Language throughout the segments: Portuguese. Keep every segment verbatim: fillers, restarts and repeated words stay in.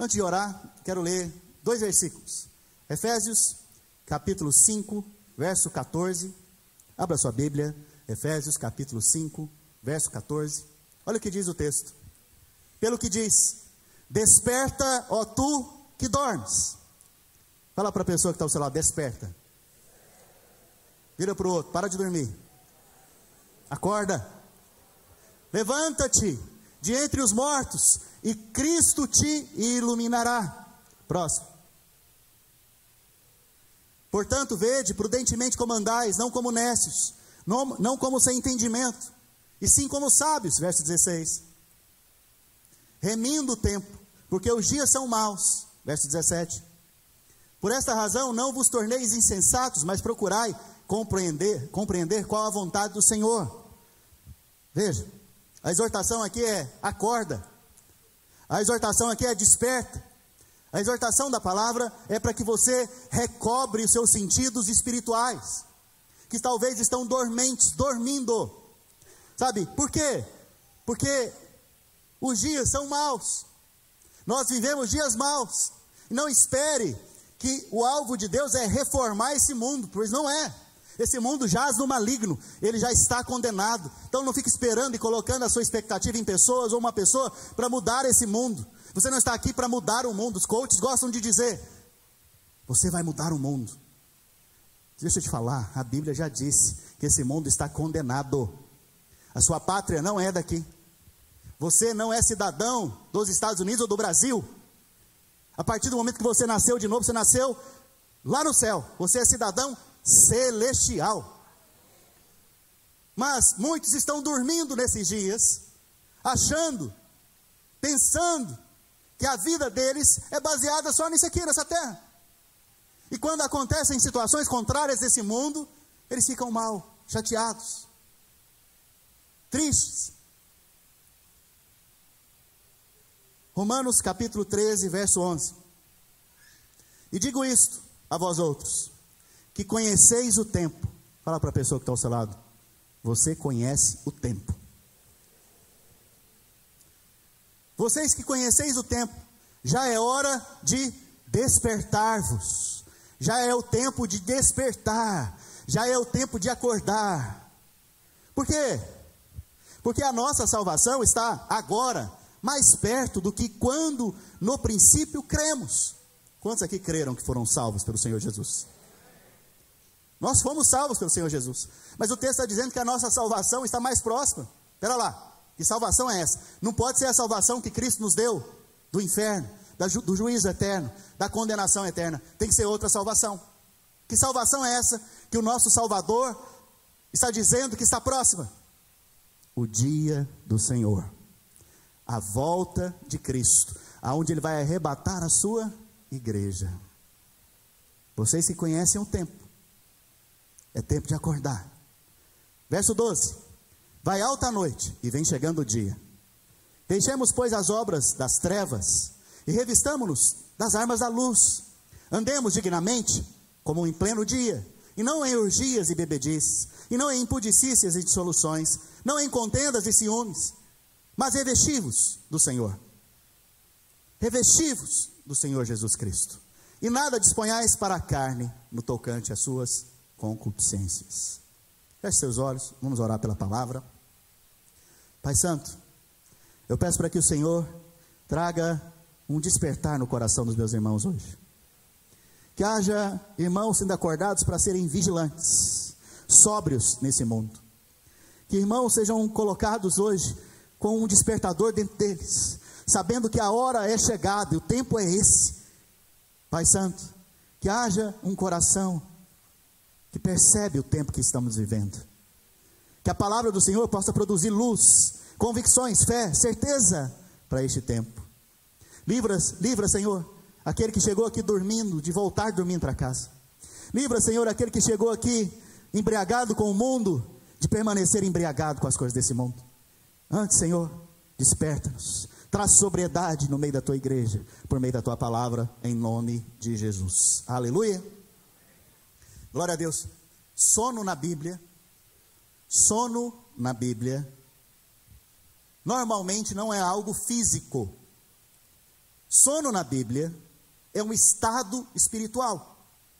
Antes de orar, quero ler dois versículos. Efésios, capítulo cinco, verso quatorze. Abra sua Bíblia. Efésios, capítulo cinco, verso quatorze. Olha o que diz o texto. Pelo que diz: desperta, ó tu que dormes. Fala para a pessoa que está ao seu lado: desperta. Vira para o outro: para de dormir. Acorda. Levanta-te de entre os mortos, e Cristo te iluminará. Próximo. Portanto, vede, prudentemente como andais, não como necios, não, não como sem entendimento, e sim como sábios. Verso dezesseis. Remindo o tempo, porque os dias são maus. Verso dezessete. Por esta razão não vos torneis insensatos, mas procurai compreender, compreender qual a vontade do Senhor. Veja, a exortação aqui é: acorda. A exortação aqui é: desperta. A exortação da palavra é para que você recobre os seus sentidos espirituais, que talvez estão dormentes, dormindo. Sabe por quê? Porque os dias são maus. Nós vivemos dias maus. Não espere que o alvo de Deus é reformar esse mundo, pois não é. Esse mundo jaz no maligno, ele já está condenado. Então não fique esperando e colocando a sua expectativa em pessoas ou uma pessoa para mudar esse mundo. Você não está aqui para mudar o mundo. Os coaches gostam de dizer: você vai mudar o mundo. Deixa eu te falar, a Bíblia já disse que esse mundo está condenado. A sua pátria não é daqui. Você não é cidadão dos Estados Unidos ou do Brasil. A partir do momento que você nasceu de novo, você nasceu lá no céu. Você é cidadão celestial. Mas muitos estão dormindo nesses dias, achando, pensando que a vida deles é baseada só nisso aqui, nessa terra. E quando acontecem situações contrárias desse mundo, eles ficam mal, chateados, tristes. Romanos capítulo treze, verso onze. E digo isto a vós outros, que conheceis o tempo. Fala para a pessoa que está ao seu lado: você conhece o tempo. Vocês que conheceis o tempo, já é hora de despertar-vos. Já é o tempo de despertar. Já é o tempo de acordar. Por quê? Porque a nossa salvação está agora mais perto do que quando no princípio cremos. Quantos aqui creram que foram salvos pelo Senhor Jesus? Nós fomos salvos pelo Senhor Jesus. Mas o texto está dizendo que a nossa salvação está mais próxima. Espera lá. Que salvação é essa? Não pode ser a salvação que Cristo nos deu do inferno, da ju, do juízo eterno, da condenação eterna. Tem que ser outra salvação. Que salvação é essa que o nosso Salvador está dizendo que está próxima? O dia do Senhor, a volta de Cristo, aonde Ele vai arrebatar a sua igreja. Vocês que conhecem o tempo, é tempo de acordar. Verso doze. Vai alta a noite e vem chegando o dia. Deixemos, pois, as obras das trevas e revistamo-nos das armas da luz. Andemos dignamente, como em pleno dia, e não em orgias e bebedices, e não em impudicícias e dissoluções, não em contendas e ciúmes, mas revesti-vos do Senhor. Revesti-vos do Senhor Jesus Cristo. E nada disponhais para a carne no tocante às suas concupiscências. Feche seus olhos, vamos orar pela palavra. Pai Santo, eu peço para que o Senhor traga um despertar no coração dos meus irmãos hoje. Que haja irmãos sendo acordados para serem vigilantes, sóbrios nesse mundo. Que irmãos sejam colocados hoje com um despertador dentro deles, sabendo que a hora é chegada e o tempo é esse. Pai Santo, que haja um coração que percebe o tempo que estamos vivendo. Que a palavra do Senhor possa produzir luz, convicções, fé, certeza para este tempo. Livra, livra, Senhor, aquele que chegou aqui dormindo, de voltar dormindo para casa. Livra, Senhor, aquele que chegou aqui embriagado com o mundo, de permanecer embriagado com as coisas desse mundo. Antes, Senhor, desperta-nos. Traz sobriedade no meio da tua igreja, por meio da tua palavra, em nome de Jesus. Aleluia. Glória a Deus. Sono na Bíblia, sono na Bíblia, normalmente não é algo físico. Sono na Bíblia é um estado espiritual.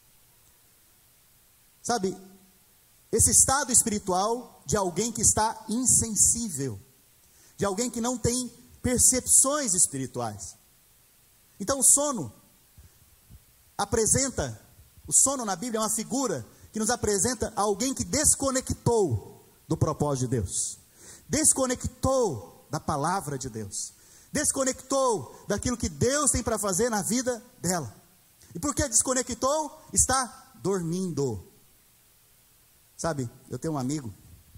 Sabe, esse estado espiritual de alguém que está insensível, de alguém que não tem percepções espirituais. Então o sono apresenta, o sono na Bíblia é uma figura que nos apresenta alguém que desconectou do propósito de Deus, desconectou da palavra de Deus, desconectou daquilo que Deus tem para fazer na vida dela. E porque desconectou, está dormindo. Sabe, eu tenho um amigo,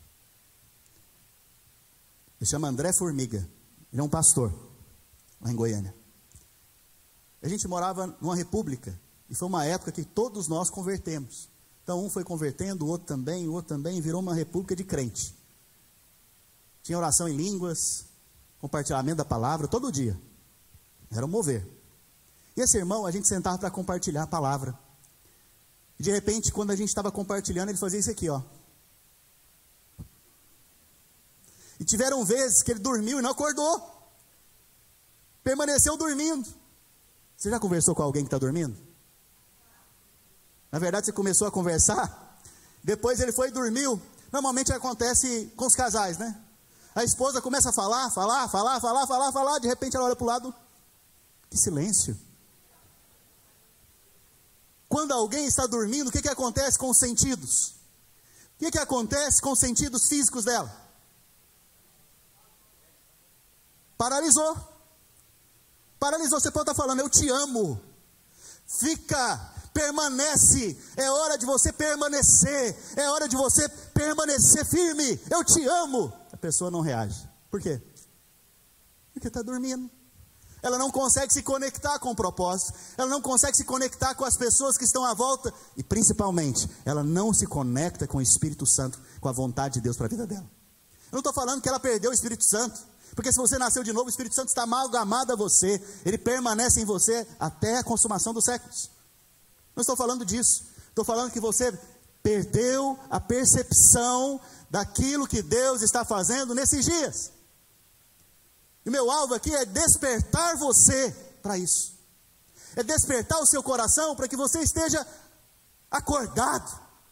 ele chama André Formiga, ele é um pastor, lá em Goiânia. A gente morava numa república, e foi uma época que todos nós convertemos. Então um foi convertendo, o outro também, o outro também, virou uma república de crente. Tinha oração em línguas, compartilhamento da palavra, todo dia. Era um mover. E esse irmão, a gente sentava para compartilhar a palavra. E de repente, quando a gente estava compartilhando, ele fazia isso aqui, ó. E tiveram vezes que ele dormiu e não acordou. Permaneceu dormindo. Você já conversou com alguém que está dormindo? Na verdade, você começou a conversar, depois ele foi e dormiu. Normalmente acontece com os casais, né? A esposa começa a falar, falar, falar, falar, falar, falar. De repente ela olha para o lado. Que silêncio. Quando alguém está dormindo, o que, que acontece com os sentidos? O que, que acontece com os sentidos físicos dela? Paralisou. Paralisou. Você pode estar falando, eu te amo. Fica, permanece. É hora de você permanecer. É hora de você permanecer firme. Eu te amo. A pessoa não reage. Por quê? Porque está dormindo. Ela não consegue se conectar com o propósito, ela não consegue se conectar com as pessoas que estão à volta, e principalmente, ela não se conecta com o Espírito Santo, com a vontade de Deus para a vida dela. Eu não estou falando que ela perdeu o Espírito Santo, porque se você nasceu de novo, o Espírito Santo está amalgamado a você, ele permanece em você até a consumação dos séculos. Não estou falando disso, estou falando que você perdeu a percepção daquilo que Deus está fazendo nesses dias. E o meu alvo aqui é despertar você para isso. É despertar o seu coração para que você esteja acordado.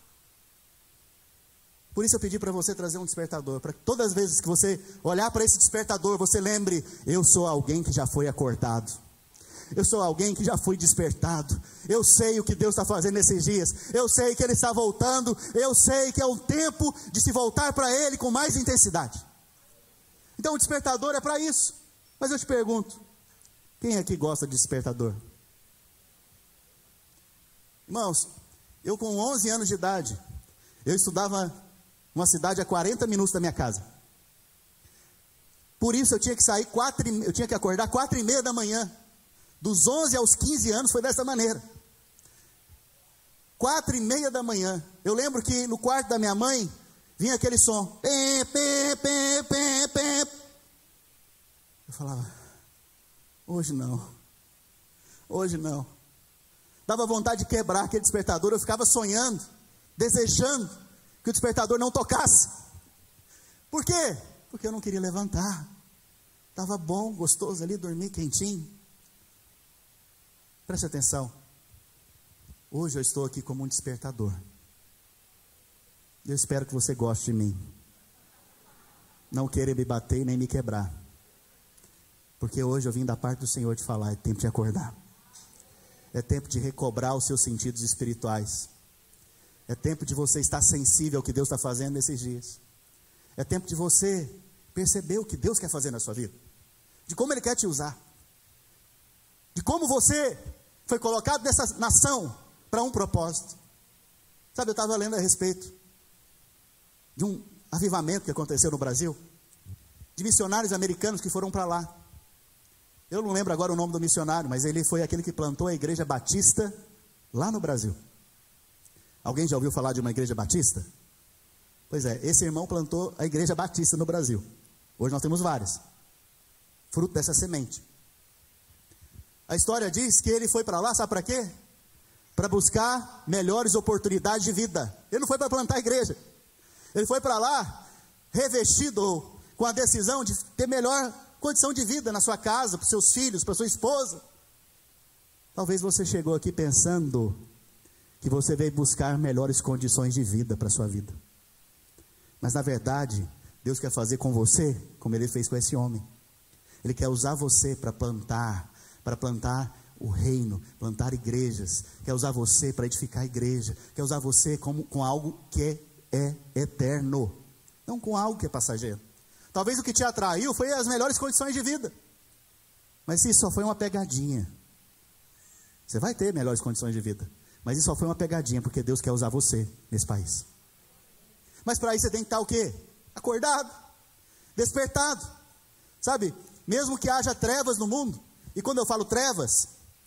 Por isso eu pedi para você trazer um despertador, para que todas as vezes que você olhar para esse despertador, você lembre, eu sou alguém que já foi acordado. Eu sou alguém que já foi despertado. Eu sei o que Deus está fazendo nesses dias. Eu sei que Ele está voltando. Eu sei que é o tempo de se voltar para Ele com mais intensidade. Então o despertador é para isso. Mas eu te pergunto, quem aqui gosta de despertador? Irmãos, eu com onze anos de idade, eu estudava numa cidade a quarenta minutos da minha casa. Por isso eu tinha que sair quatro, eu tinha que acordar quatro e meia da manhã. Dos onze aos quinze anos foi dessa maneira. Quatro e meia da manhã. Eu lembro que no quarto da minha mãe vinha aquele som. Pê, pê, pê, pê, pê. Eu falava, hoje não. Hoje não. Dava vontade de quebrar aquele despertador. Eu ficava sonhando, desejando que o despertador não tocasse. Por quê? Porque eu não queria levantar. Estava bom, gostoso ali, dormir quentinho. Preste atenção. Hoje eu estou aqui como um despertador. Eu espero que você goste de mim. Não querer me bater nem me quebrar. Porque hoje eu vim da parte do Senhor te falar, é tempo de acordar. É tempo de recobrar os seus sentidos espirituais. É tempo de você estar sensível ao que Deus está fazendo nesses dias. É tempo de você perceber o que Deus quer fazer na sua vida. De como Ele quer te usar. De como você foi colocado nessa nação para um propósito. Sabe, eu estava lendo a respeito de um avivamento que aconteceu no Brasil, de missionários americanos que foram para lá. Eu não lembro agora o nome do missionário, mas ele foi aquele que plantou a igreja batista lá no Brasil. Alguém já ouviu falar de uma igreja batista? Pois é, esse irmão plantou a igreja batista no Brasil. Hoje nós temos várias, fruto dessa semente. A história diz que ele foi para lá, sabe para quê? Para buscar melhores oportunidades de vida. Ele não foi para plantar a igreja. Ele foi para lá revestido com a decisão de ter melhor condição de vida na sua casa, para os seus filhos, para sua esposa. Talvez você chegou aqui pensando que você veio buscar melhores condições de vida para a sua vida. Mas na verdade, Deus quer fazer com você como Ele fez com esse homem. Ele quer usar você para plantar, para plantar o reino, plantar igrejas. Quer usar você para edificar a igreja. Quer usar você como, com algo que é eterno, não com algo que é passageiro. Talvez o que te atraiu foi as melhores condições de vida, mas isso só foi uma pegadinha. Você vai ter melhores condições de vida, mas isso só foi uma pegadinha, porque Deus quer usar você nesse país. Mas para isso você tem que estar o quê? Acordado, despertado, sabe? Mesmo que haja trevas no mundo, e quando eu falo trevas,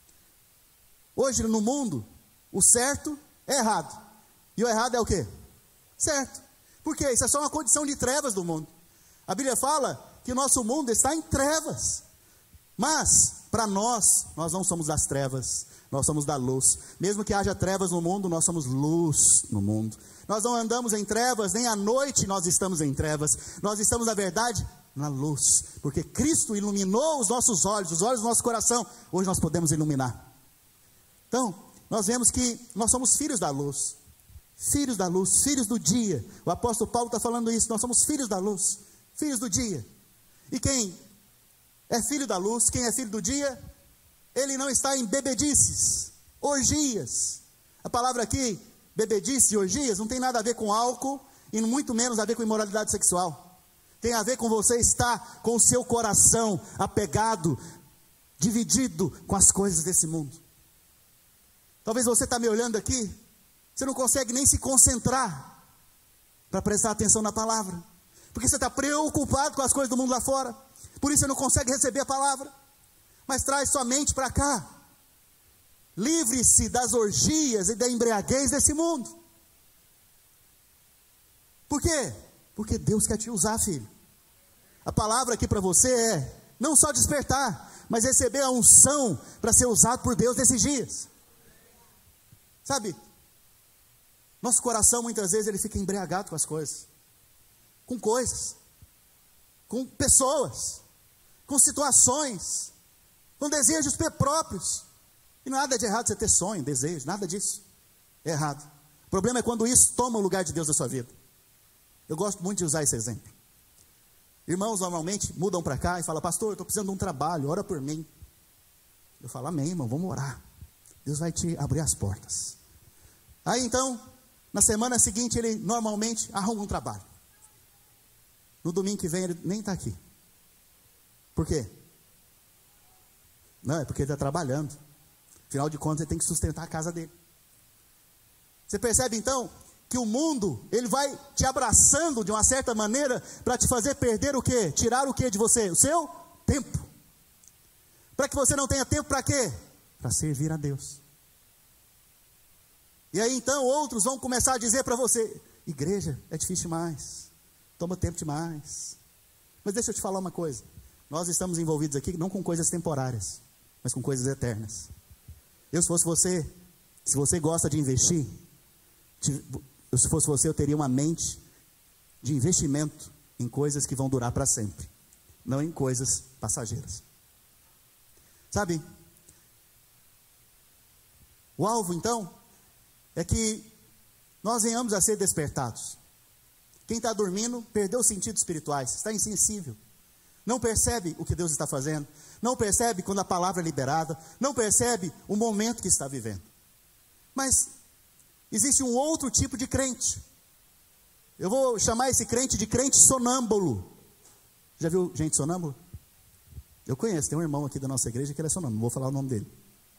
hoje no mundo, o certo é errado, e o errado é o quê? Certo. Por quê? Isso é só uma condição de trevas do mundo. A Bíblia fala que o nosso mundo está em trevas, mas para nós, nós não somos das trevas, nós somos da luz. Mesmo que haja trevas no mundo, nós somos luz no mundo. Nós não andamos em trevas, nem à noite nós estamos em trevas. Nós estamos, na verdade, na luz, porque Cristo iluminou os nossos olhos, os olhos do nosso coração. Hoje nós podemos iluminar. Então, nós vemos que nós somos filhos da luz, filhos da luz, filhos do dia. O apóstolo Paulo está falando isso, nós somos filhos da luz, filhos do dia. E quem é filho da luz, quem é filho do dia, ele não está em bebedices, orgias. A palavra aqui, bebedice e orgias, não tem nada a ver com álcool, e muito menos a ver com imoralidade sexual. Tem a ver com você estar com o seu coração apegado, dividido com as coisas desse mundo. Talvez você está me olhando aqui, você não consegue nem se concentrar para prestar atenção na palavra, porque você está preocupado com as coisas do mundo lá fora. Por isso você não consegue receber a palavra. Mas traz sua mente para cá. Livre-se das orgias e da embriaguez desse mundo. Por quê? Porque Deus quer te usar, filho. A palavra aqui para você é não só despertar, mas receber a unção para ser usado por Deus nesses dias. Sabe? Nosso coração muitas vezes ele fica embriagado com as coisas, com coisas, com pessoas, com situações, com desejos próprios. E nada de errado você ter sonho, desejo, nada disso é errado. O problema é quando isso toma o lugar de Deus na sua vida. Eu gosto muito de usar esse exemplo. Irmãos normalmente mudam para cá e falam: pastor, eu estou precisando de um trabalho, ora por mim. Eu falo: amém, irmão, vamos orar. Deus vai te abrir as portas. Aí então, na semana seguinte, ele normalmente arruma um trabalho. No domingo que vem ele nem está aqui. Por quê? Não, é porque ele está trabalhando. Afinal de contas, ele tem que sustentar a casa dele. Você percebe então que o mundo, ele vai te abraçando de uma certa maneira para te fazer perder o quê? Tirar o quê de você? O seu tempo. Para que você não tenha tempo para quê? Para servir a Deus. E aí então outros vão começar a dizer para você: igreja é difícil demais, toma tempo demais. Mas deixa eu te falar uma coisa. Nós estamos envolvidos aqui não com coisas temporárias, mas com coisas eternas. Eu, se fosse você, se você gosta de investir, eu, se fosse você, eu teria uma mente de investimento em coisas que vão durar para sempre, não em coisas passageiras. Sabe? O alvo então é que nós venhamos a ser despertados. Quem está dormindo perdeu os sentidos espirituais, está insensível, não percebe o que Deus está fazendo, não percebe quando a palavra é liberada, não percebe o momento que está vivendo. Mas existe um outro tipo de crente. Eu vou chamar esse crente de crente sonâmbulo. Já viu gente sonâmbulo? Eu conheço, tem um irmão aqui da nossa igreja que ele é sonâmbulo, não vou falar o nome dele.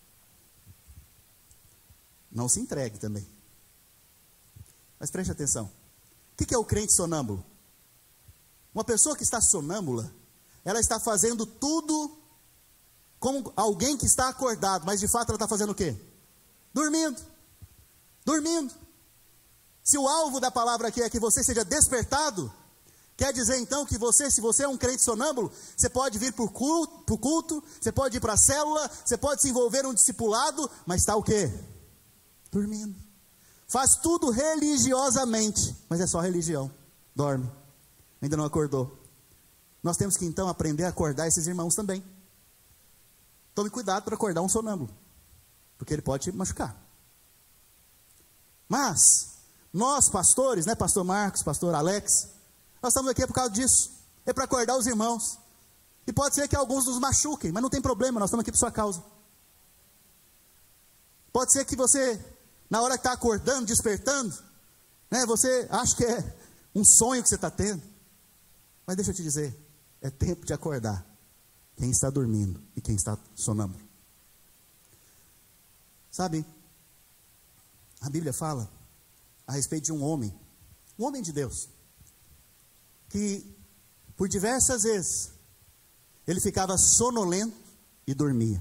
Não se entregue também. Mas preste atenção. O que é o crente sonâmbulo? Uma pessoa que está sonâmbula, ela está fazendo tudo como alguém que está acordado, mas de fato ela está fazendo o quê? Dormindo. Dormindo. Se o alvo da palavra aqui é que você seja despertado, quer dizer então que você, se você é um crente sonâmbulo, você pode vir para o culto, pro culto, você pode ir para a célula, você pode se envolver num discipulado, mas está o quê? Dormindo. Faz tudo religiosamente, mas é só religião. Dorme. Ainda não acordou. Nós temos que então aprender a acordar esses irmãos também. Tome cuidado para acordar um sonâmbulo. porque ele pode te machucar. Mas, nós pastores, né, pastor Marcos, pastor Alex, nós estamos aqui por causa disso, é para acordar os irmãos, e pode ser que alguns nos machuquem, mas não tem problema, nós estamos aqui por sua causa. Pode ser que você, na hora que está acordando, despertando, né, você acha que é um sonho que você está tendo, mas deixa eu te dizer, é tempo de acordar quem está dormindo e quem está sonâmbulo. Sabe, a Bíblia fala a respeito de um homem, um homem de Deus, que por diversas vezes ele ficava sonolento e dormia.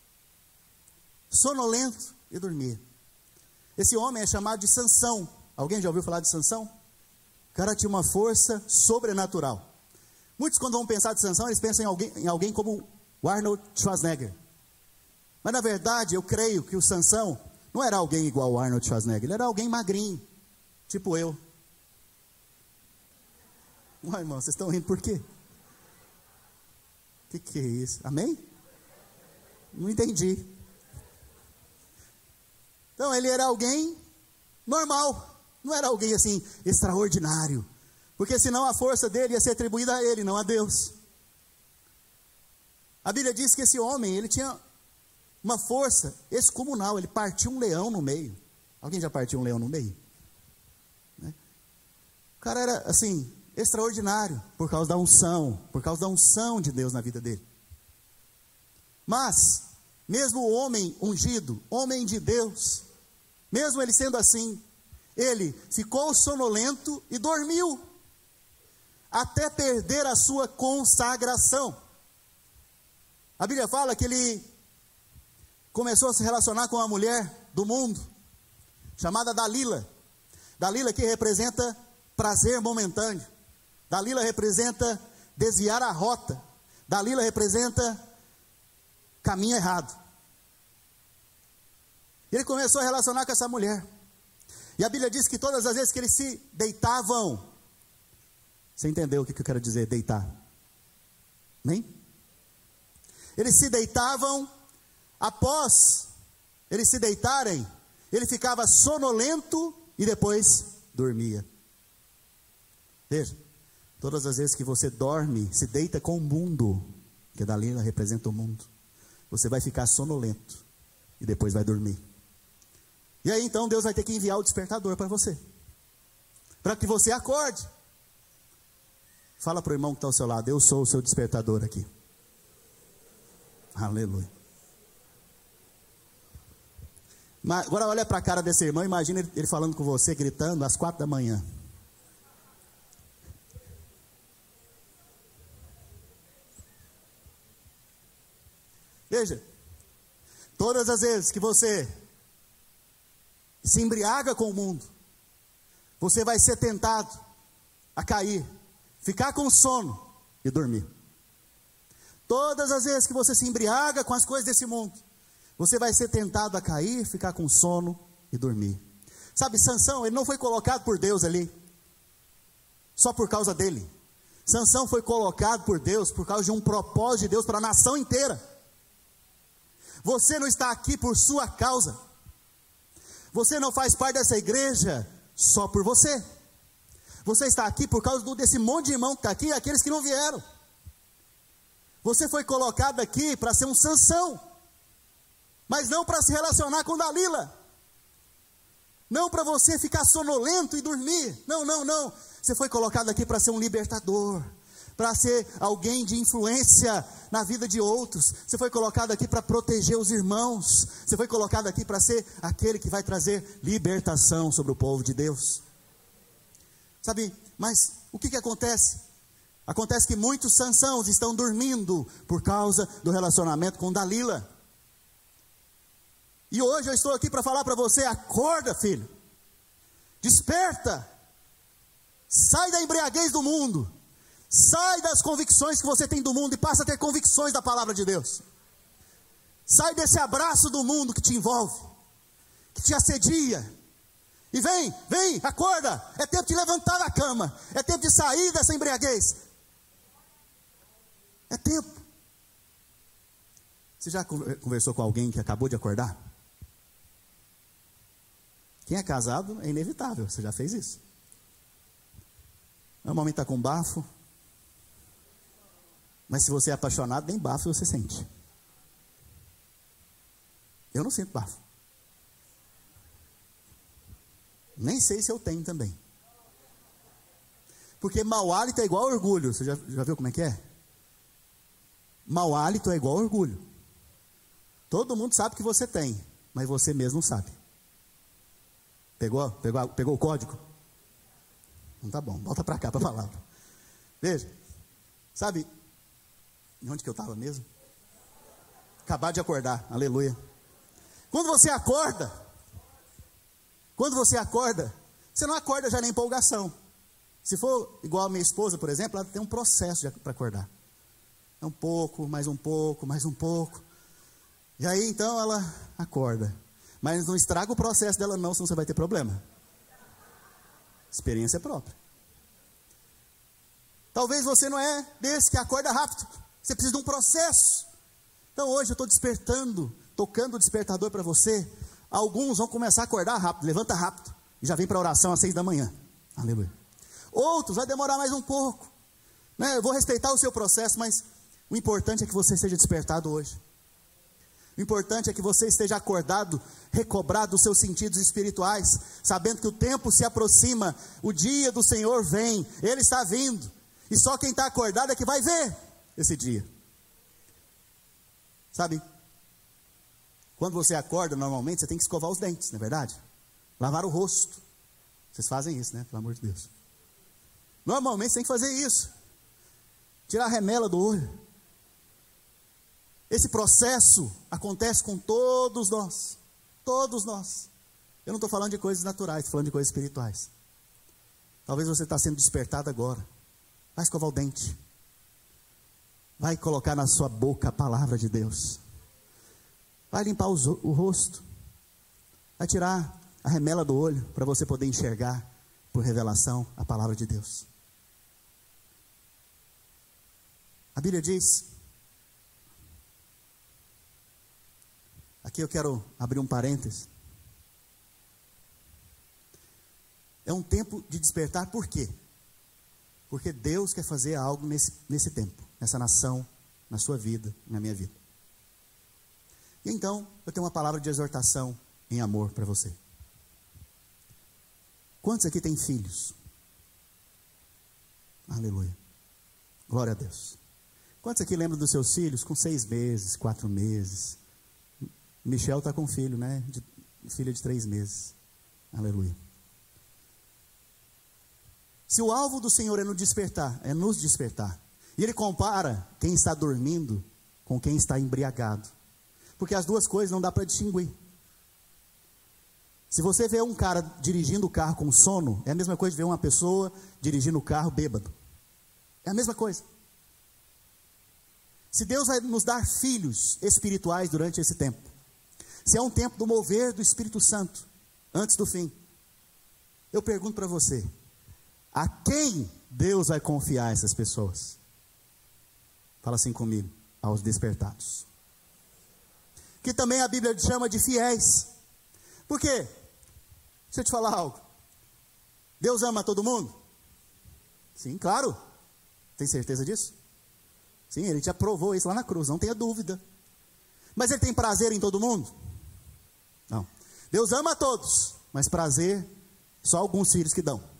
Sonolento e dormia. Esse homem é chamado de Sansão. Alguém já ouviu falar de Sansão? O cara tinha uma força sobrenatural. Muitos, quando vão pensar de Sansão, eles pensam em alguém, em alguém como o Arnold Schwarzenegger. Mas na verdade, eu creio que o Sansão não era alguém igual ao Arnold Schwarzenegger. Ele era alguém magrinho, tipo eu. Uai, irmão, vocês estão rindo por quê? O que, que é isso? Amém? Não entendi. Então, ele era alguém normal. Não era alguém assim, extraordinário. Porque senão a força dele ia ser atribuída a ele, não a Deus. A Bíblia diz que esse homem, ele tinha uma força excomunal. Ele partiu um leão no meio. Alguém já partiu um leão no meio? Né? O cara era assim, extraordinário, por causa da unção, por causa da unção de Deus na vida dele. Mas, mesmo o homem ungido, homem de Deus, mesmo ele sendo assim, ele ficou sonolento e dormiu, até perder a sua consagração. A Bíblia fala que ele começou a se relacionar com uma mulher do mundo, chamada Dalila. Dalila que representa prazer momentâneo. Dalila representa desviar a rota. Dalila representa caminho errado. Ele começou a relacionar com essa mulher. E a Bíblia diz que todas as vezes que eles se deitavam, você entendeu o que eu quero dizer, deitar? Amém? Eles se deitavam, após eles se deitarem, ele ficava sonolento e depois dormia. Veja, todas as vezes que você dorme, se deita com o mundo, que Dalila representa o mundo, você vai ficar sonolento e depois vai dormir. E aí então Deus vai ter que enviar o despertador para você, para que você acorde. Fala para o irmão que está ao seu lado, eu sou o seu despertador aqui. Aleluia. Mas agora olha para a cara desse irmão, imagina ele, ele falando com você, gritando às quatro da manhã. Veja, todas as vezes que você se embriaga com o mundo, você vai ser tentado a cair, ficar com sono e dormir. Todas as vezes que você se embriaga com as coisas desse mundo, você vai ser tentado a cair, ficar com sono e dormir. Sabe, Sansão, ele não foi colocado por Deus ali só por causa dele. Sansão foi colocado por Deus por causa de um propósito de Deus para a nação inteira. Você não está aqui por sua causa. Você não faz parte dessa igreja só por você. Você está aqui por causa do, desse monte de irmão que está aqui e aqueles que não vieram. Você foi colocado aqui para ser um Sansão, mas não para se relacionar com Dalila. Não para você ficar sonolento e dormir. Não, não, não. Você foi colocado aqui para ser um libertador, para ser alguém de influência na vida de outros. Você foi colocado aqui para proteger os irmãos. Você foi colocado aqui para ser aquele que vai trazer libertação sobre o povo de Deus. Sabe, mas o que que acontece? Acontece que muitos Sansãos estão dormindo por causa do relacionamento com Dalila. E hoje eu estou aqui para falar para você, acorda, filho. Desperta. Sai da embriaguez do mundo. Sai das convicções que você tem do mundo e passa a ter convicções da palavra de Deus. Sai desse abraço do mundo que te envolve, que te assedia. E vem, vem, acorda. É tempo de levantar da cama. É tempo de sair dessa embriaguez. É tempo. Você já conversou com alguém que acabou de acordar? Quem é casado é inevitável, você já fez isso. Normalmente está com bafo, mas se você é apaixonado, nem bafo você sente. Eu não sinto bafo. Nem sei se eu tenho também. Porque mau hálito é igual orgulho. Você já, já viu como é que é? Mau hálito é igual orgulho. Todo mundo sabe que você tem, mas você mesmo não sabe. Pegou? Pegou, pegou o código? Não tá bom, volta para cá para a palavra. Veja, sabe, onde que eu estava mesmo? Acabar de acordar, aleluia. Quando você acorda, quando você acorda, você não acorda já na empolgação. Se for igual a minha esposa, por exemplo, ela tem um processo para acordar. É um pouco, mais um pouco, mais um pouco. E aí então ela acorda. Mas não estraga o processo dela não, senão você vai ter problema. Experiência própria. Talvez você não é desse que acorda rápido. Você precisa de um processo. Então hoje eu estou despertando, tocando o despertador para você. Alguns vão começar a acordar rápido, levanta rápido. E já vem para a oração às seis da manhã. Aleluia. Outros vai demorar mais um pouco. Né? Eu vou respeitar o seu processo, mas o importante é que você seja despertado hoje. O importante é que você esteja acordado, recobrado dos seus sentidos espirituais, sabendo que o tempo se aproxima, o dia do Senhor vem, Ele está vindo. E só quem está acordado é que vai ver esse dia. Sabe? Quando você acorda, normalmente, você tem que escovar os dentes, não é verdade? Lavar o rosto. Vocês fazem isso, né? Pelo amor de Deus. Normalmente você tem que fazer isso. Tirar a remela do olho. Esse processo acontece com todos nós. Todos nós. Eu não estou falando de coisas naturais, estou falando de coisas espirituais. Talvez você está sendo despertado agora. Vai escovar o dente. Vai colocar na sua boca a palavra de Deus. Vai limpar os, o rosto. Vai tirar a remela do olho para você poder enxergar por revelação a palavra de Deus. A Bíblia diz, aqui eu quero abrir um parêntese. É um tempo de despertar, por quê? Porque Deus quer fazer algo nesse, nesse tempo, nessa nação, na sua vida, na minha vida. E então, eu tenho uma palavra de exortação em amor para você. Quantos aqui têm filhos? Aleluia. Glória a Deus. Quantos aqui lembram dos seus filhos com seis meses, quatro meses? Michel está com um filho, né? De, filha de três meses. Aleluia. Se o alvo do Senhor é nos despertar, é nos despertar, e Ele compara quem está dormindo com quem está embriagado, porque as duas coisas não dá para distinguir. Se você vê um cara dirigindo o carro com sono, é a mesma coisa de ver uma pessoa dirigindo o carro bêbado. É a mesma coisa. Se Deus vai nos dar filhos espirituais durante esse tempo, se é um tempo do mover do Espírito Santo, antes do fim, eu pergunto para você, a quem Deus vai confiar essas pessoas? Fala assim comigo, aos despertados. Que também a Bíblia chama de fiéis. Por quê? Deixa eu te falar algo. Deus ama todo mundo? Sim, claro. Tem certeza disso? Sim, Ele te aprovou isso lá na cruz, não tenha dúvida. Mas Ele tem prazer em todo mundo? Não. Deus ama a todos, mas prazer só alguns filhos que dão.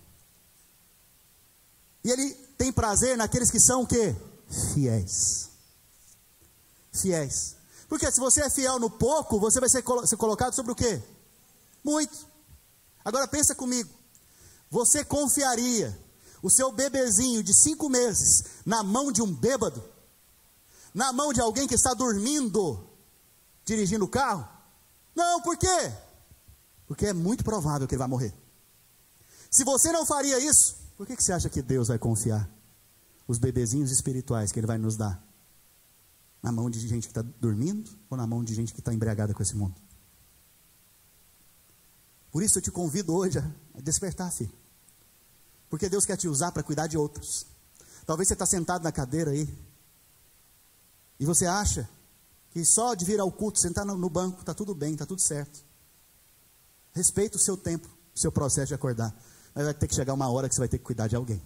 E Ele tem prazer naqueles que são o quê? Fiéis. Fiéis. Porque se você é fiel no pouco, você vai ser, colo- ser colocado sobre o quê? Muito. Agora pensa comigo. Você confiaria o seu bebezinho de cinco meses na mão de um bêbado? Na mão de alguém que está dormindo, dirigindo o carro? Não, por quê? Porque é muito provável que ele vai morrer. Se você não faria isso, por que, que você acha que Deus vai confiar os bebezinhos espirituais que Ele vai nos dar? Na mão de gente que está dormindo ou na mão de gente que está embriagada com esse mundo? Por isso eu te convido hoje a despertar, filho. Porque Deus quer te usar para cuidar de outros. Talvez você está sentado na cadeira aí e você acha que só de vir ao culto, sentar no banco, está tudo bem, está tudo certo. Respeita o seu tempo, o seu processo de acordar. Mas vai ter que chegar uma hora que você vai ter que cuidar de alguém.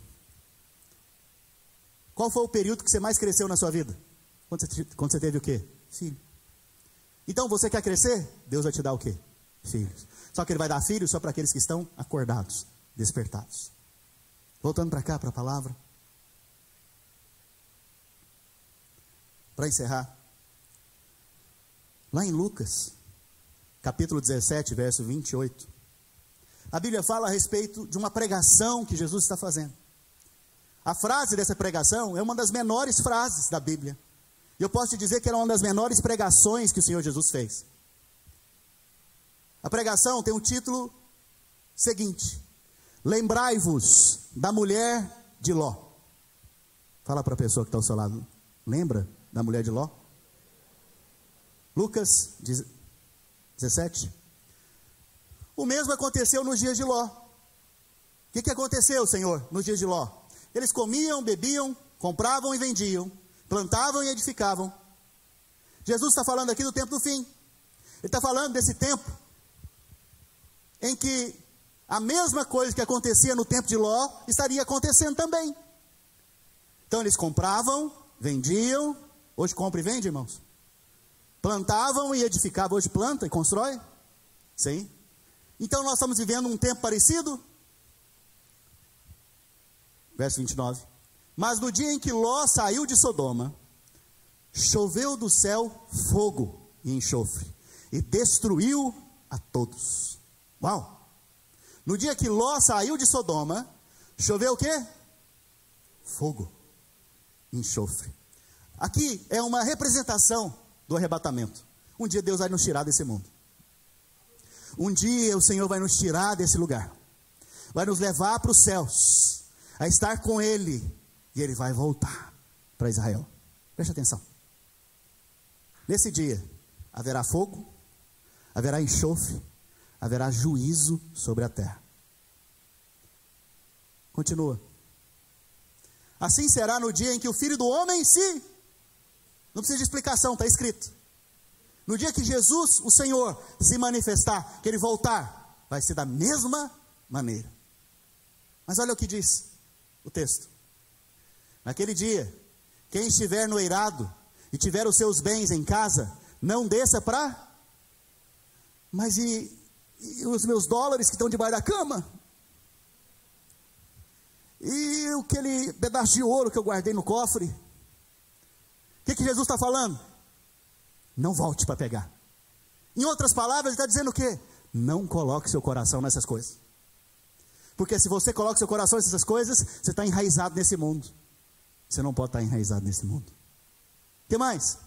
Qual foi o período que você mais cresceu na sua vida? Quando você, quando você teve o quê? Filho. Então você quer crescer? Deus vai te dar o quê? Filhos. Só que Ele vai dar filhos só para aqueles que estão acordados, despertados. Voltando para cá, para a palavra. Para encerrar. Lá em Lucas, capítulo dezessete, verso vinte e oito. A Bíblia fala a respeito de uma pregação que Jesus está fazendo. A frase dessa pregação é uma das menores frases da Bíblia. E eu posso te dizer que era uma das menores pregações que o Senhor Jesus fez. A pregação tem o título seguinte: lembrai-vos da mulher de Ló. Fala para a pessoa que está ao seu lado. Lembra da mulher de Ló? Lucas dezessete. O mesmo aconteceu nos dias de Ló. O que, que aconteceu, Senhor, nos dias de Ló? Eles comiam, bebiam, compravam e vendiam, plantavam e edificavam. Jesus está falando aqui do tempo do fim. Ele está falando desse tempo em que a mesma coisa que acontecia no tempo de Ló estaria acontecendo também. Então eles compravam, vendiam. Hoje compra e vende, irmãos? Plantavam e edificavam. Hoje planta e constrói? Sim. Então nós estamos vivendo um tempo parecido? Verso vinte e nove. Mas no dia em que Ló saiu de Sodoma, choveu do céu fogo e enxofre, e destruiu a todos. Uau! No dia que Ló saiu de Sodoma, choveu o quê? Fogo e enxofre. Aqui é uma representação do arrebatamento. Um dia Deus vai nos tirar desse mundo. Um dia o Senhor vai nos tirar desse lugar. Vai nos levar para os céus, a estar com Ele. E Ele vai voltar para Israel. Preste atenção. Nesse dia, haverá fogo, haverá enxofre, haverá juízo sobre a terra. Continua. Assim será no dia em que o Filho do Homem se... Não precisa de explicação, está escrito. No dia que Jesus, o Senhor, se manifestar, que Ele voltar, vai ser da mesma maneira. Mas olha o que diz o texto. Naquele dia, quem estiver no eirado e tiver os seus bens em casa, não desça para... Mas e, e os meus dólares que estão debaixo da cama? E aquele pedaço de ouro que eu guardei no cofre? O que, que Jesus está falando? Não volte para pegar. Em outras palavras, ele está dizendo o quê? Não coloque seu coração nessas coisas. Porque se você coloca seu coração nessas coisas, você está enraizado nesse mundo. Você não pode estar enraizado nesse mundo. O que mais?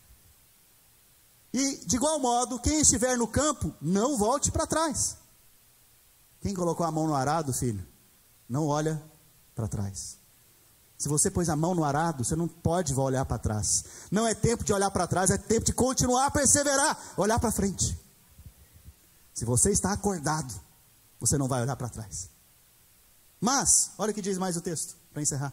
E de igual modo, quem estiver no campo, não volte para trás. Quem colocou a mão no arado, filho, não olha para trás. Se você pôs a mão no arado, você não pode olhar para trás. Não é tempo de olhar para trás, é tempo de continuar a perseverar, olhar para frente. Se você está acordado, você não vai olhar para trás. Mas, olha o que diz mais o texto, para encerrar.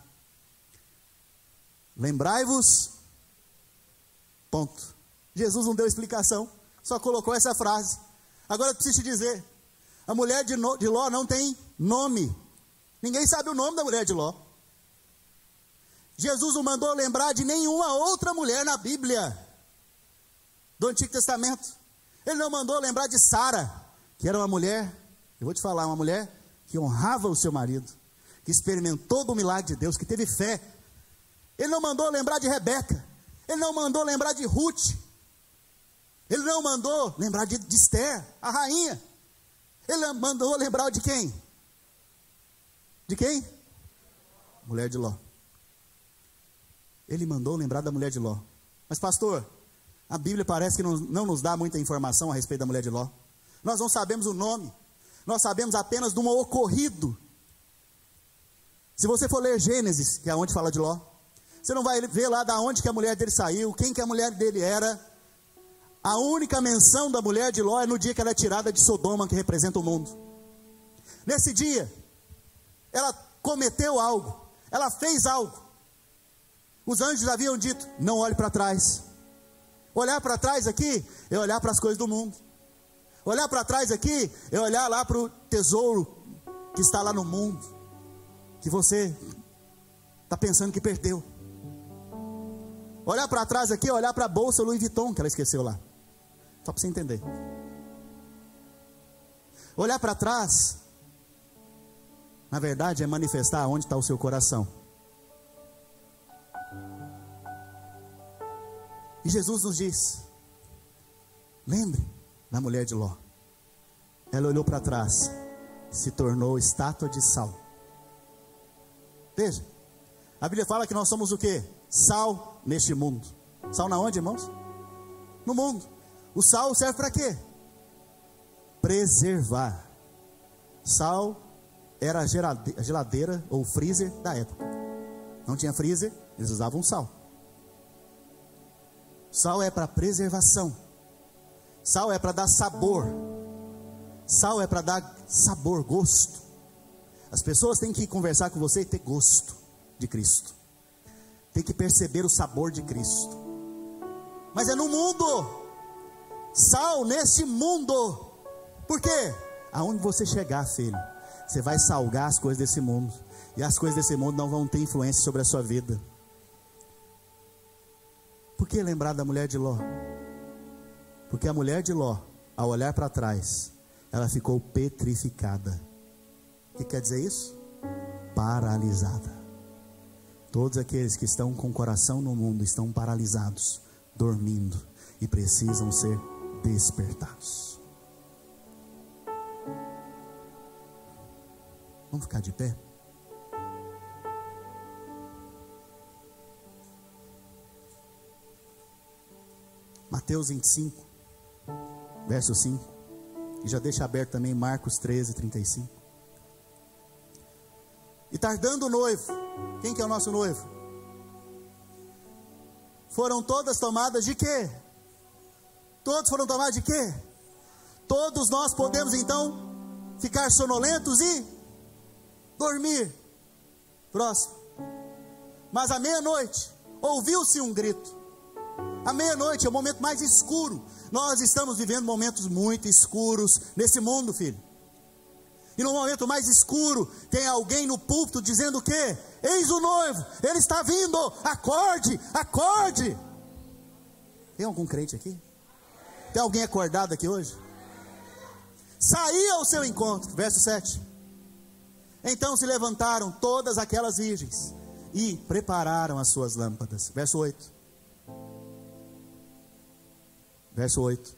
Lembrai-vos, ponto. Jesus não deu explicação, só colocou essa frase. Agora eu preciso te dizer, a mulher de, no, de Ló não tem nome. Ninguém sabe o nome da mulher de Ló. Jesus não mandou lembrar de nenhuma outra mulher na Bíblia do Antigo Testamento. Ele não mandou lembrar de Sara, que era uma mulher, eu vou te falar, uma mulher que honrava o seu marido, que experimentou do milagre de Deus, que teve fé. Ele não mandou lembrar de Rebeca. Ele não mandou lembrar de Ruth. Ele não mandou lembrar de, de Esther, a rainha. Ele mandou lembrar de quem? De quem? Mulher de Ló. Ele mandou lembrar da mulher de Ló. Mas pastor, a Bíblia parece que não, não nos dá muita informação a respeito da mulher de Ló. Nós não sabemos o nome. Nós sabemos apenas de um ocorrido. Se você for ler Gênesis, que é onde fala de Ló, você não vai ver lá da onde que a mulher dele saiu, quem que a mulher dele era. A única menção da mulher de Ló é no dia que ela é tirada de Sodoma, que representa o mundo. Nesse dia, ela cometeu algo, ela fez algo. Os anjos haviam dito, não olhe para trás. Olhar para trás aqui é olhar para as coisas do mundo. Olhar para trás aqui é olhar lá para o tesouro que está lá no mundo, que você está pensando que perdeu. Olhar para trás aqui é olhar para a bolsa Louis Vuitton que ela esqueceu lá. Só para você entender. Olhar para trás, na verdade, é manifestar onde está o seu coração. E Jesus nos diz: lembre da mulher de Ló. Ela olhou para trás, se tornou estátua de sal. Veja, a Bíblia fala que nós somos o quê? Sal neste mundo. Sal na onde, irmãos? No mundo. O sal serve para quê? Preservar. Sal era a geladeira ou freezer da época. Não tinha freezer, eles usavam sal. Sal é para preservação. Sal é para dar sabor. Sal é para dar sabor, gosto. As pessoas têm que conversar com você e ter gosto de Cristo. Tem que perceber o sabor de Cristo. Mas é no mundo. Sal nesse mundo. Por quê? Aonde você chegar, filho, você vai salgar as coisas desse mundo. E as coisas desse mundo não vão ter influência sobre a sua vida. Por que lembrar da mulher de Ló? Porque a mulher de Ló, ao olhar para trás, ela ficou petrificada. O que quer dizer isso? Paralisada. Todos aqueles que estão com o coração no mundo estão paralisados, dormindo, e precisam ser despertados. Vamos ficar de pé? Mateus vinte e cinco, verso cinco. E já deixa aberto também Marcos treze, trinta e cinco. E tardando o noivo, quem que é o nosso noivo? Foram todas tomadas de quê? Todos foram tomados de quê? Todos nós podemos então ficar sonolentos e dormir. Próximo. Mas à meia-noite ouviu-se um grito. À meia-noite é o momento mais escuro. Nós estamos vivendo momentos muito escuros nesse mundo, filho. E no momento mais escuro tem alguém no púlpito dizendo o quê? Eis o noivo, ele está vindo, acorde, acorde. Tem algum crente aqui? Tem alguém acordado aqui hoje? Saí ao seu encontro, verso sete. Então se levantaram todas aquelas virgens e prepararam as suas lâmpadas. Verso oito. Verso oito.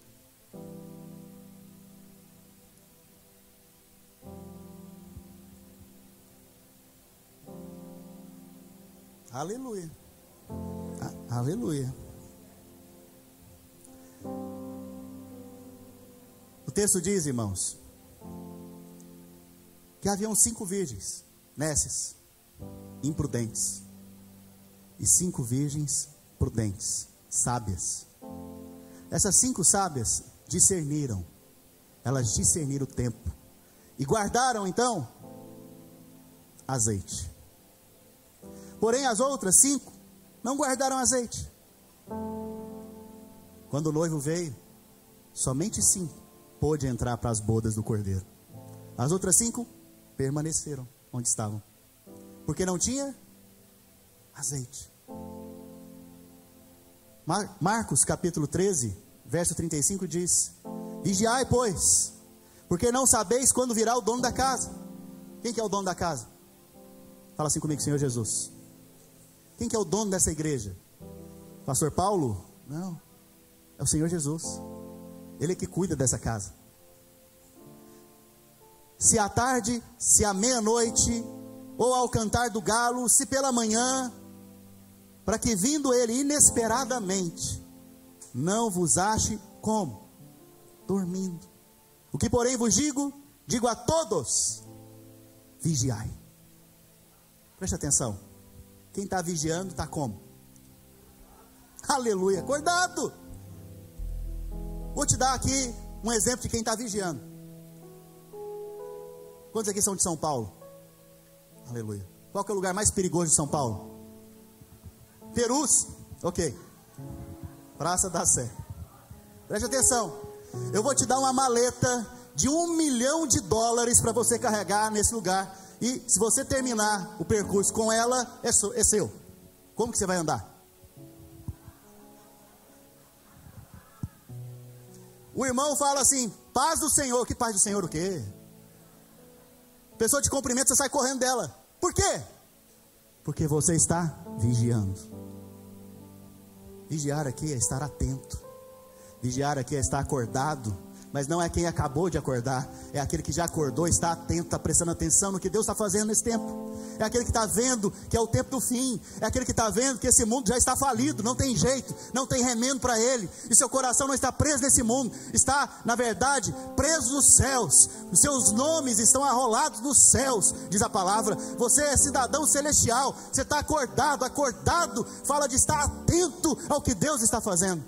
Aleluia. A, aleluia. O texto diz, irmãos, que haviam cinco virgens, nécias, imprudentes, e cinco virgens prudentes, sábias. Essas cinco sábias discerniram, elas discerniram o tempo, e guardaram então azeite. Porém as outras cinco não guardaram azeite. Quando o noivo veio, somente cinco pôde entrar para as bodas do Cordeiro. As outras cinco permaneceram onde estavam, porque não tinha azeite. Mar- Marcos capítulo treze, verso trinta e cinco diz: vigiai, pois, porque não sabeis quando virá o dono da casa. Quem que é o dono da casa? Fala assim comigo, Senhor Jesus. Quem que é o dono dessa igreja? Pastor Paulo? Não, é o Senhor Jesus. Ele é que cuida dessa casa. Se à tarde, se à meia-noite, ou ao cantar do galo, se pela manhã, para que vindo ele inesperadamente, não vos ache como? Dormindo. O que porém vos digo, digo a todos: vigiai. Preste atenção. Quem está vigiando está como? Aleluia, acordado. Vou te dar aqui um exemplo de quem está vigiando. Quantos aqui são de São Paulo? Aleluia. Qual que é o lugar mais perigoso de São Paulo? Perus? Ok. Praça da Sé. Preste atenção. eu vou te dar uma maleta de um milhão de dólares para você carregar nesse lugar. E se você terminar o percurso com ela, é, so, é seu. Como que você vai andar? O irmão fala assim: paz do Senhor. Que paz do Senhor o quê? A pessoa te cumprimenta, você sai correndo dela. Por quê? Porque você está vigiando. Vigiar aqui é estar atento. Vigiar aqui é estar acordado. Mas não é quem acabou de acordar, é aquele que já acordou, está atento, está prestando atenção no que Deus está fazendo nesse tempo. É aquele que está vendo que é o tempo do fim. É aquele que está vendo que esse mundo já está falido, não tem jeito, não tem remendo para ele. E seu coração não está preso nesse mundo, está, na verdade, preso nos céus. Os seus nomes estão arrolados nos céus, diz a palavra. Você é cidadão celestial, você está acordado. Acordado fala de estar atento ao que Deus está fazendo.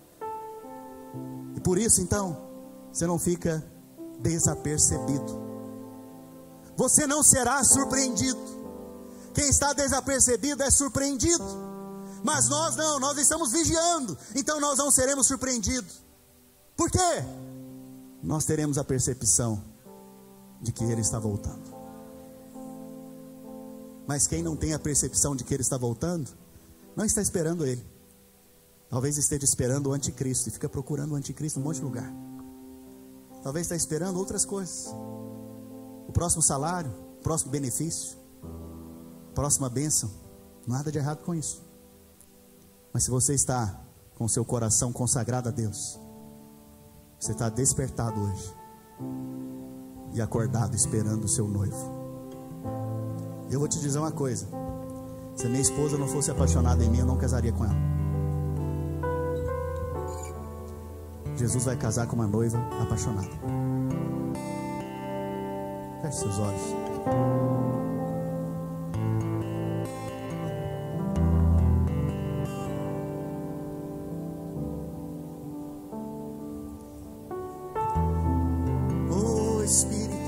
E por isso, então, você não fica desapercebido. Você não será surpreendido. Quem está desapercebido é surpreendido. Mas nós não, nós estamos vigiando. Então nós não seremos surpreendidos. Por quê? Nós teremos a percepção de que Ele está voltando. Mas quem não tem a percepção de que Ele está voltando, não está esperando Ele. Talvez esteja esperando o anticristo e fica procurando o anticristo em um monte de lugar. Talvez está esperando outras coisas. O próximo salário, o próximo benefício, a próxima bênção. Nada de errado com isso. Mas se você está com o seu coração consagrado a Deus, você está despertado hoje e acordado esperando o seu noivo. Eu vou te dizer uma coisa: se a minha esposa não fosse apaixonada em mim, eu não casaria com ela. Jesus vai casar com uma noiva apaixonada. Feche seus olhos. Oh Espírito,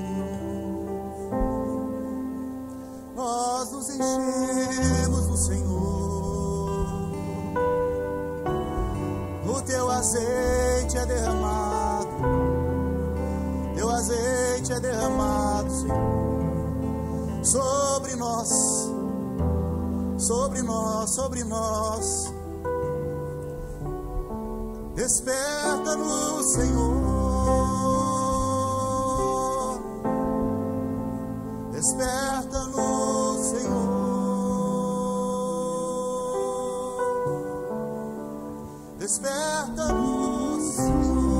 nós nos enchemos do Senhor. O teu azeite é derramado, teu azeite é derramado, Senhor, sobre nós, sobre nós, sobre nós. Desperta-nos, Senhor, desperta-nos, Senhor. Desperta-nos, Senhor.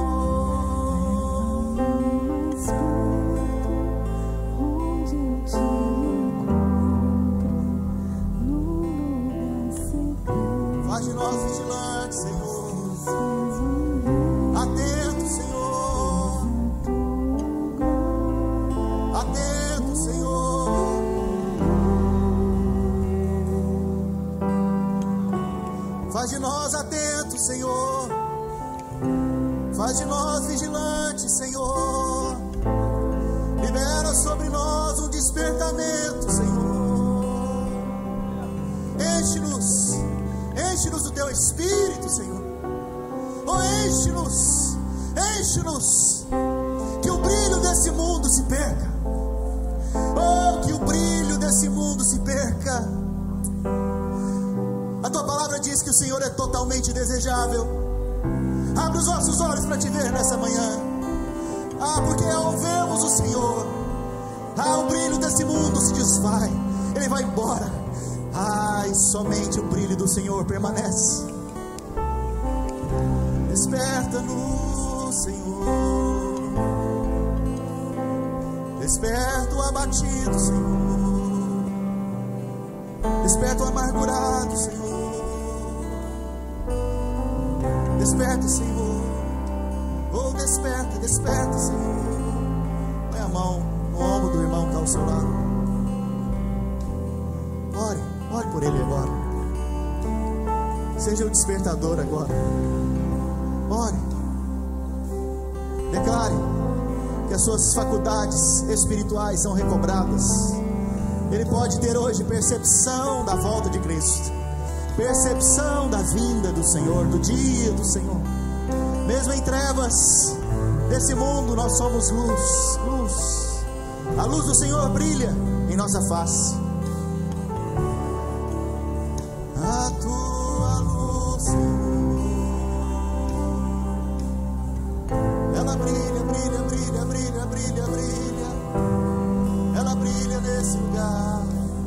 Onde eu te encontro, no lugar secreto. Faz de nós vigilantes, Senhor. Atento, Senhor. Atento, Senhor. Faz de nós atentos, Senhor. Faz de nós vigilantes, Senhor. Libera sobre nós um despertamento, Senhor. Enche-nos, enche-nos do teu Espírito, Senhor. Oh, enche-nos, enche-nos. Que o brilho desse mundo se perca. Oh, que o brilho desse mundo se perca. A tua palavra diz que o Senhor é totalmente desejável. Abre os nossos olhos para te ver nessa manhã. Ah, porque ao vermos o Senhor, ah, o brilho desse mundo se desfaz, ele vai embora. Ah, e somente o brilho do Senhor permanece. Desperta-nos, Senhor. Desperta o abatido, Senhor. Desperta o amargurado, Senhor. Desperta, Senhor. Oh, desperta, desperta, Senhor. Põe a mão no ombro do irmão que está ao seu lado. Ore, ore por ele agora. Seja o despertador agora. Ore. Declare que as suas faculdades espirituais são recobradas. Ele pode ter hoje percepção da volta de Cristo, percepção da vinda do Senhor, do dia do Senhor. Mesmo em trevas desse mundo, nós somos luz, luz. A luz do Senhor brilha em nossa face. A tua luz, ela brilha, brilha, brilha, brilha, brilha, brilha. Ela brilha nesse lugar.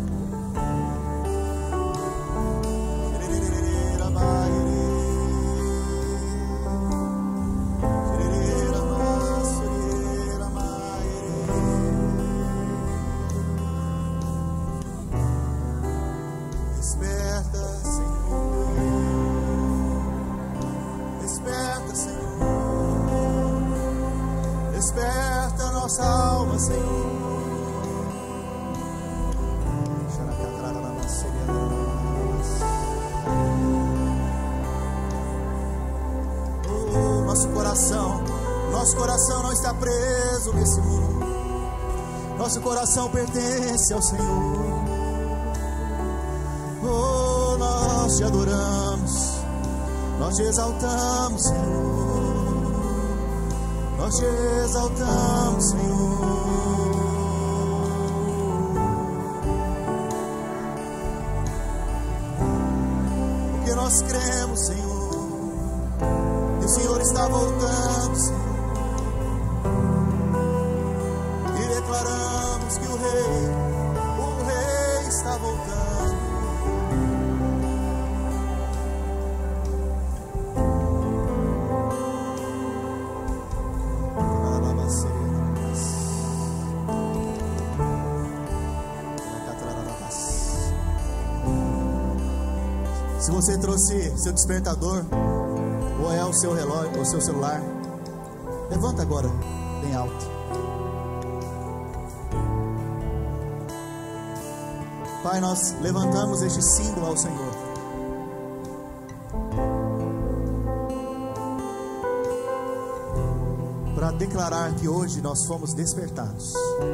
Nosso coração não está preso nesse mundo. Nosso coração pertence ao Senhor. Oh, nós te adoramos, nós te exaltamos, Senhor. Nós te exaltamos, Senhor. Porque nós cremos, Senhor, que o Senhor está voltando, Senhor. Declaramos que o Rei, o Rei está voltando. Se você trouxe seu despertador, ou é o seu relógio, ou o seu celular, levanta agora, bem alto. Pai, nós levantamos este símbolo ao Senhor. Para declarar que hoje nós fomos despertados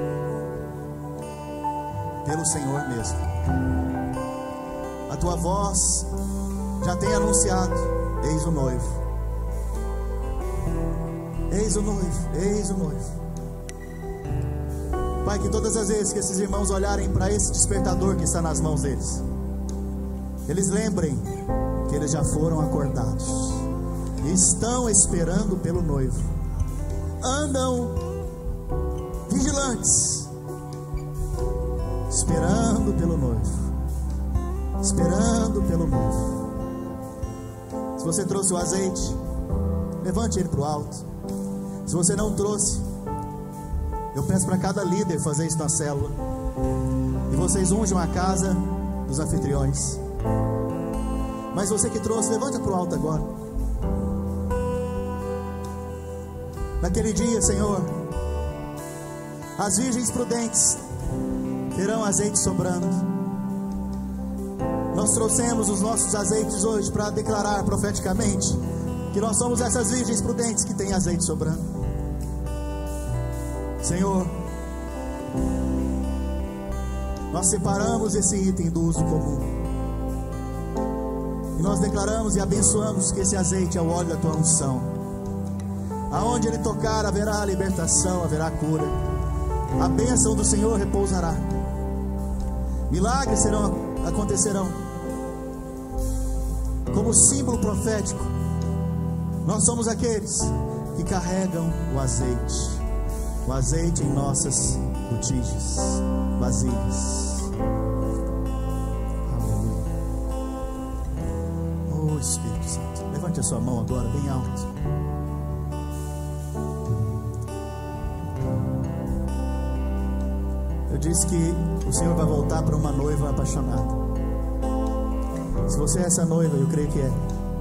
pelo Senhor mesmo. A tua voz já tem anunciado: eis o noivo, eis o noivo, eis o noivo. Pai, que todas as vezes que esses irmãos olharem para esse despertador que está nas mãos deles, eles lembrem que eles já foram acordados e estão esperando pelo noivo. Andam vigilantes, esperando pelo noivo, esperando pelo noivo. Se você trouxe o azeite, levante ele para o alto. Se você não trouxe, eu peço para cada líder fazer isso na célula. E vocês unjam a casa dos anfitriões. Mas você que trouxe, levanta para o alto agora. Naquele dia, Senhor, as virgens prudentes terão azeite sobrando. Nós trouxemos os nossos azeites hoje para declarar profeticamente que nós somos essas virgens prudentes que têm azeite sobrando. Senhor, nós separamos esse item do uso comum e nós declaramos e abençoamos que esse azeite é o óleo da tua unção. Aonde ele tocar haverá libertação, haverá cura. A bênção do Senhor repousará. Milagres serão, acontecerão. Como símbolo profético, nós somos aqueles que carregam o azeite. O azeite em nossas botijas, vasilhas. Aleluia. Oh Espírito Santo, levante a sua mão agora bem alto. Eu disse que o Senhor vai voltar para uma noiva apaixonada. Se você é essa noiva, eu creio que é,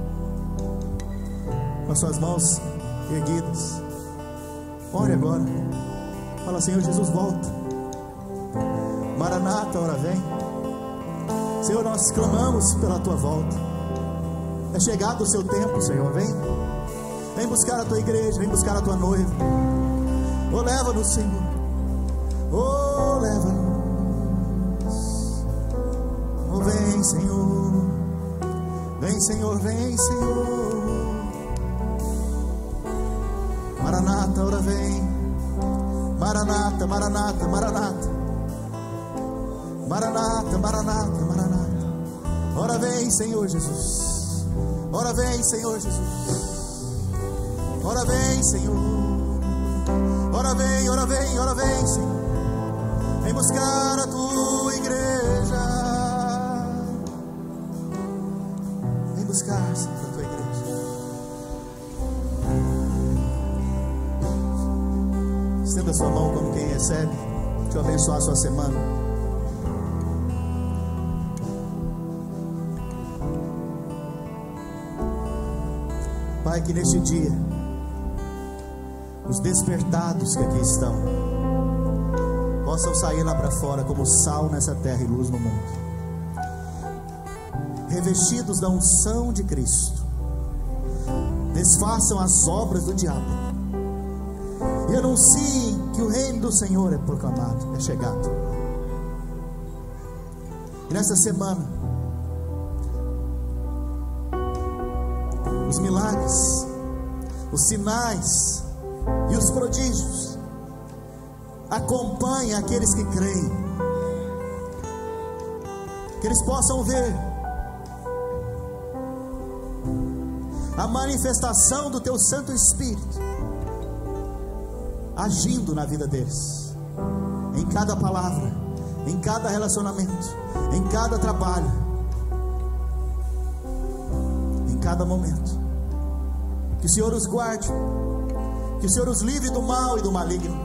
com as suas mãos erguidas, ore agora. Fala: Senhor Jesus, volta. Maranata, ora vem. Senhor, nós clamamos pela tua volta. É chegado o seu tempo, Senhor. Vem, vem buscar a tua igreja, vem buscar a tua noiva. Oh, leva-nos, Senhor. Oh, leva-nos. Oh, vem, Senhor. Vem, Senhor, vem, Senhor. Santa, ora vem. Maranata, Maranata, Maranata. Maranata, Maranata, Maranata. Ora vem, Senhor Jesus. Ora vem, Senhor Jesus. Ora vem, Senhor. Ora vem, ora vem, ora vem, Senhor. Vem buscar a tua igreja. Vem buscar, Senhor, a tua igreja. Estenda a sua mão como quem recebe. Deixa eu abençoar a sua semana. Pai, que neste dia os despertados que aqui estão possam sair lá para fora como sal nessa terra e luz no mundo, revestidos da unção de Cristo. Desfaçam as obras do diabo e anunciem que o reino do Senhor é proclamado, é chegado. E nessa semana os milagres, os sinais e os prodígios acompanhem aqueles que creem, que eles possam ver a manifestação do teu Santo Espírito agindo na vida deles, em cada palavra, em cada relacionamento, em cada trabalho, em cada momento. Que o Senhor os guarde, que o Senhor os livre do mal e do maligno,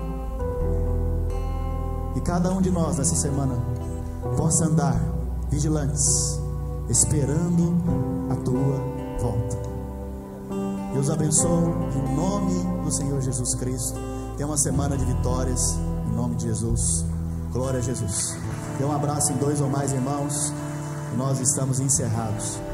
e cada um de nós nessa semana possa andar vigilantes, esperando a tua volta. Deus abençoe em nome do Senhor Jesus Cristo. Tenha uma semana de vitórias em nome de Jesus. Glória a Jesus. Dê um abraço em dois ou mais irmãos e nós estamos encerrados.